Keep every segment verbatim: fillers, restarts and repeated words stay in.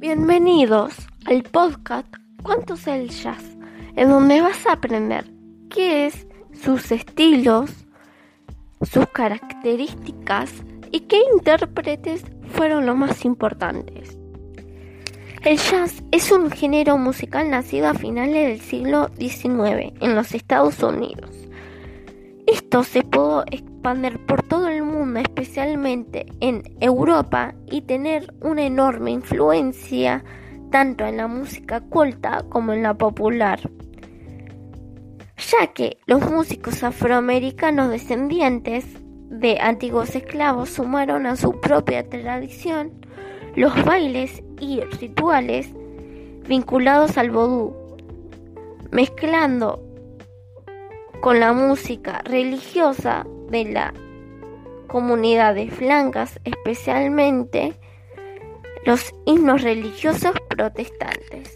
Bienvenidos al podcast ¿Cuánto es el jazz? En donde vas a aprender qué es, sus estilos, sus características y qué intérpretes fueron los más importantes. El jazz es un género musical nacido a finales del siglo diecinueve en los Estados Unidos. Esto se pudo expandir por todo el mundo, especialmente en Europa, y tener una enorme influencia tanto en la música culta como en la popular, ya que los músicos afroamericanos descendientes de antiguos esclavos sumaron a su propia tradición los bailes y rituales vinculados al vodú, mezclando con la música religiosa de las comunidades blancas, especialmente los himnos religiosos protestantes,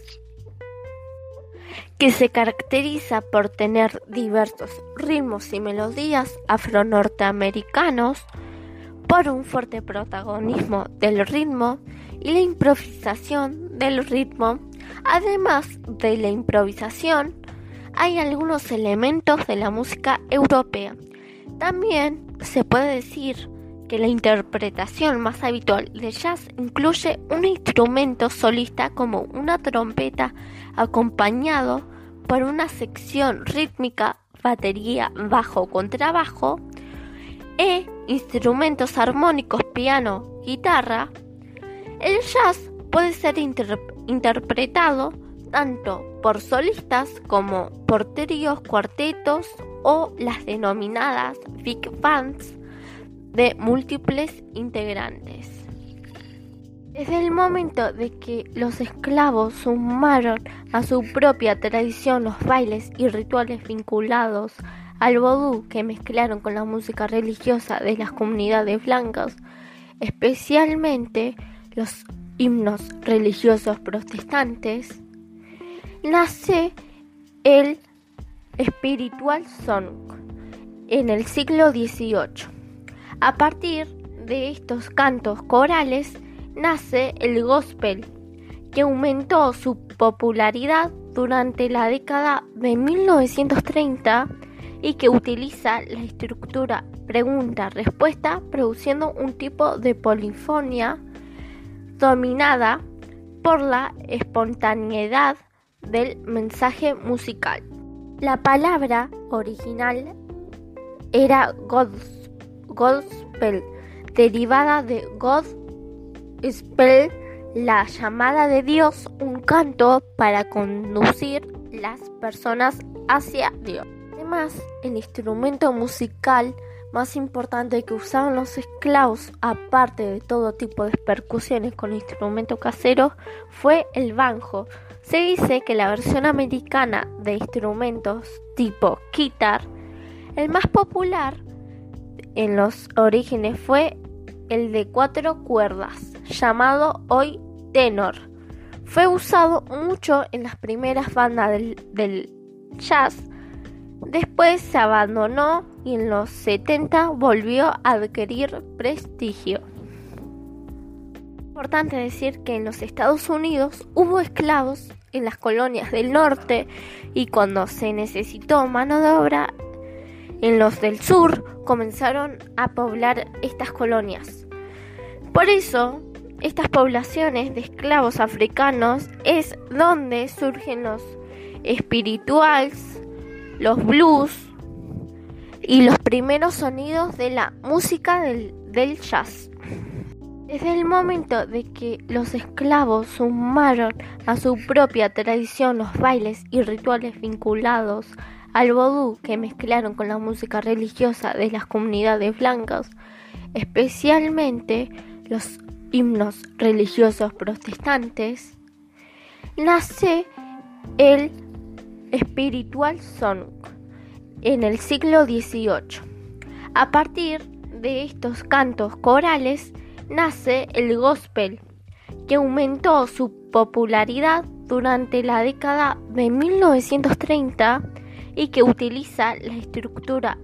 que se caracteriza por tener diversos ritmos y melodías afro-norteamericanos, por un fuerte protagonismo del ritmo y la improvisación del ritmo. Además de la improvisación, hay algunos elementos de la música europea. También se puede decir que la interpretación más habitual de jazz incluye un instrumento solista como una trompeta acompañado por una sección rítmica, batería, bajo, contrabajo e instrumentos armónicos, piano, guitarra. El jazz puede ser inter- interpretado tanto por solistas como por tríos, cuartetos o las denominadas big bands de múltiples integrantes. Desde el momento de que los esclavos sumaron a su propia tradición los bailes y rituales vinculados al vodú, que mezclaron con la música religiosa de las comunidades blancas, especialmente los himnos religiosos protestantes, nace el spiritual song en el siglo dieciocho. A partir de estos cantos corales nace el gospel, que aumentó su popularidad durante la década de mil novecientos treinta y que utiliza la estructura pregunta-respuesta, produciendo un tipo de polifonía dominada por la espontaneidad del mensaje musical. La palabra original era gos- gospel, derivada de God spell, la llamada de Dios, un canto para conducir las personas hacia Dios. Además, el instrumento musical más importante que usaban los esclavos, aparte de todo tipo de percusiones con instrumentos caseros, fue el banjo. Se dice que la versión americana de instrumentos tipo guitar, el más popular en los orígenes fue el de cuatro cuerdas, llamado hoy tenor. Fue usado mucho en las primeras bandas del, del jazz. Después se abandonó y en los setenta volvió a adquirir prestigio. Es importante decir que en los Estados Unidos hubo esclavos en las colonias del norte, y cuando se necesitó mano de obra en los del sur, comenzaron a poblar estas colonias. Por eso, estas poblaciones de esclavos africanos es donde surgen los spirituals, los blues y los primeros sonidos de la música del, del jazz. Desde el momento de que los esclavos sumaron a su propia tradición los bailes y rituales vinculados al vodú, que mezclaron con la música religiosa de las comunidades blancas, especialmente los himnos religiosos protestantes, nace el spiritual song en el siglo dieciocho. A partir de estos cantos corales nace el gospel, que aumentó su popularidad durante la década de mil novecientos treinta y que utiliza la estructura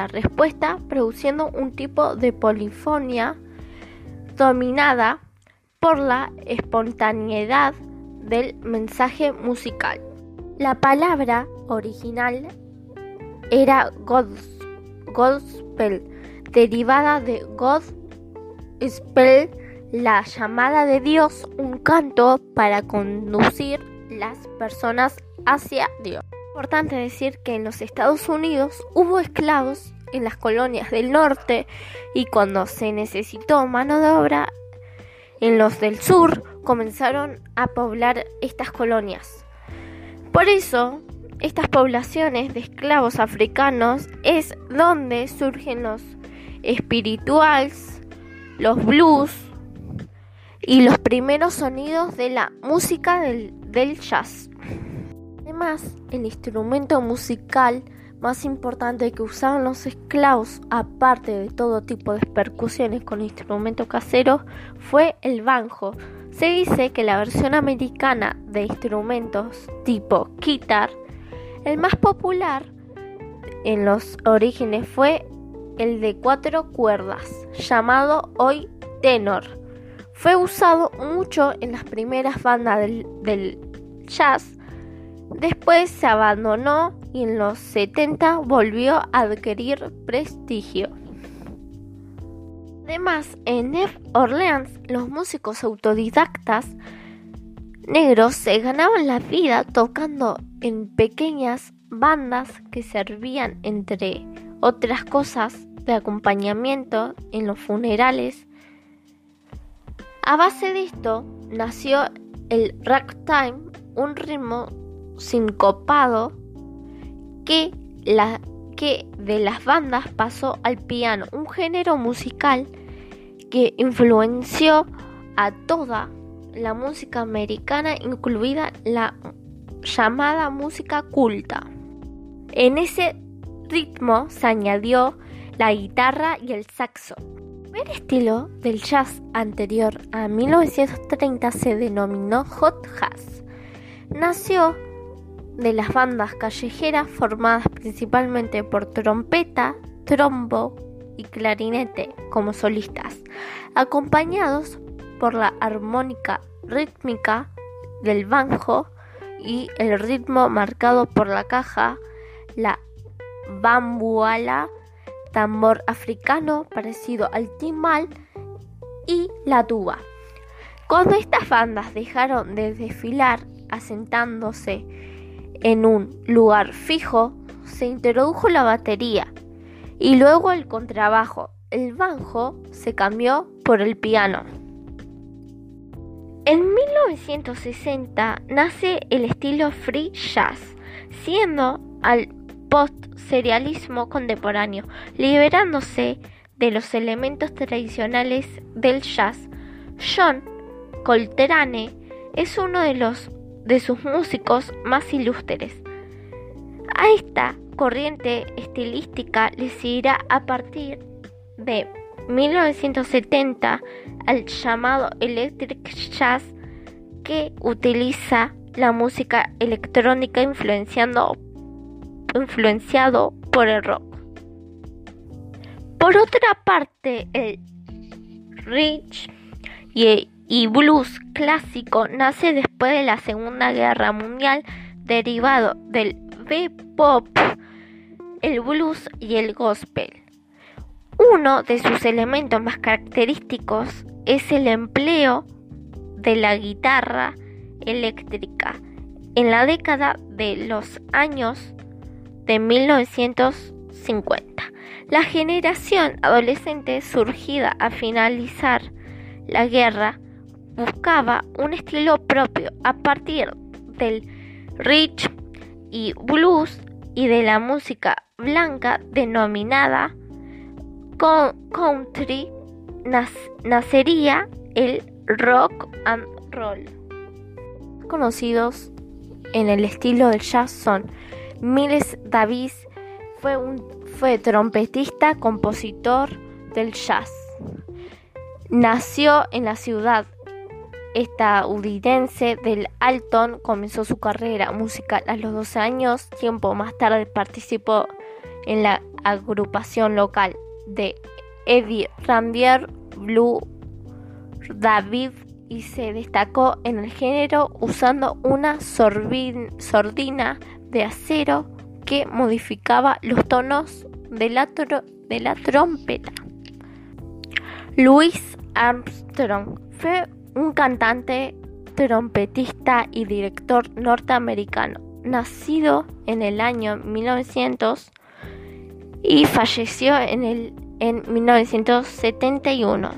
pregunta-respuesta, produciendo un tipo de polifonía dominada por la espontaneidad del mensaje musical. La palabra original era gos- gospel, derivada de God-spell, la llamada de Dios, un canto para conducir las personas hacia Dios. Es importante decir que en los Estados Unidos hubo esclavos en las colonias del norte y cuando se necesitó mano de obra en los del sur comenzaron a poblar estas colonias. Por eso, estas poblaciones de esclavos africanos es donde surgen los spirituals, los blues y los primeros sonidos de la música del, del jazz. Además, el instrumento musical más importante que usaban los esclavos, aparte de todo tipo de percusiones con instrumentos caseros, fue el banjo. Se dice que la versión americana de instrumentos tipo guitar, el más popular en los orígenes fue el de cuatro cuerdas, llamado hoy tenor. Fue usado mucho en las primeras bandas del, del jazz. Después se abandonó y en los setenta volvió a adquirir prestigio. Además, en Nueva Orleans, los músicos autodidactas negros se ganaban la vida tocando en pequeñas bandas que servían, entre otras cosas, de acompañamiento en los funerales. A base de esto nació el ragtime, un ritmo sincopado que, la, que de las bandas pasó al piano, un género musical que influenció a toda la música americana, incluida la llamada música culta. En ese ritmo se añadió la guitarra y el saxo. El primer estilo del jazz anterior a mil novecientos treinta se denominó hot jazz. Nació de las bandas callejeras formadas principalmente por trompeta, trombo y clarinete como solistas, acompañados por la armónica rítmica del banjo y el ritmo marcado por la caja, la bambuala, tambor africano parecido al timbal y la tuba. Cuando estas bandas dejaron de desfilar asentándose en un lugar fijo, se introdujo la batería y luego el contrabajo. El banjo se cambió por el piano. En mil novecientos sesenta nace el estilo free jazz, siendo al post-serialismo contemporáneo, liberándose de los elementos tradicionales del jazz. John Coltrane es uno de los de sus músicos más ilustres. A esta corriente estilística le seguirá a partir de mil novecientos setenta al llamado electric jazz, que utiliza la música electrónica influenciando, influenciado por el rock. Por otra parte, el rhythm y, y blues clásico nace después de la Segunda Guerra Mundial, derivado del bebop, el blues y el gospel. Uno de sus elementos más característicos es el empleo de la guitarra eléctrica. En la década de los años de mil novecientos cincuenta, la generación adolescente surgida a finalizar la guerra buscaba un estilo propio a partir del rhythm y blues y de la música blanca denominada country. Nacería el rock and roll. Conocidos en el estilo del jazz son Miles Davis, fue un fue trompetista, compositor del jazz. Nació en la ciudad estadounidense del Alton, comenzó su carrera musical a los doce años. Tiempo más tarde participó en la agrupación local de Eddie Rambier, Blue David y se destacó en el género usando una sorbin- sordina de acero que modificaba los tonos de la, tro- de la trompeta. Louis Armstrong fue un cantante, trompetista y director norteamericano, nacido en el año mil novecientos y falleció en, el, en mil novecientos setenta y uno.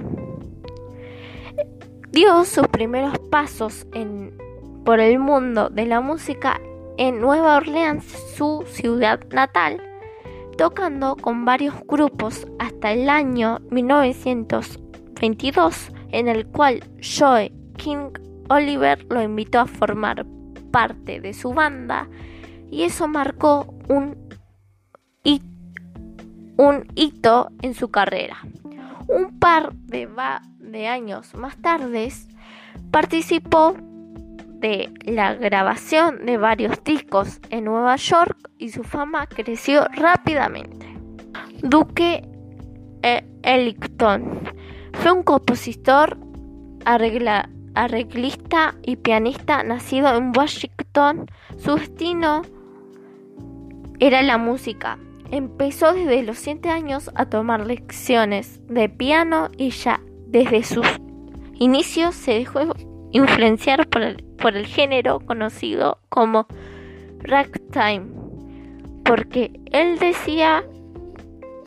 Dio sus primeros pasos en, por el mundo de la música en Nueva Orleans, su ciudad natal, tocando con varios grupos hasta el año mil novecientos veintidós, en el cual Joe King Oliver lo invitó a formar parte de su banda, y eso marcó un, hit, un hito en su carrera. Un par de, va, de años más tarde participó de la grabación de varios discos en Nueva York y su fama creció rápidamente. Duke Ellington fue un compositor, arregla, arreglista y pianista nacido en Washington. Su destino era la música. Empezó desde los siete años a tomar lecciones de piano y ya desde sus inicios se dejó influenciar por el, por el género conocido como ragtime, porque él decía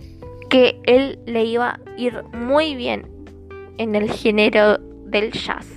que él le iba a ir muy bien en el género del jazz.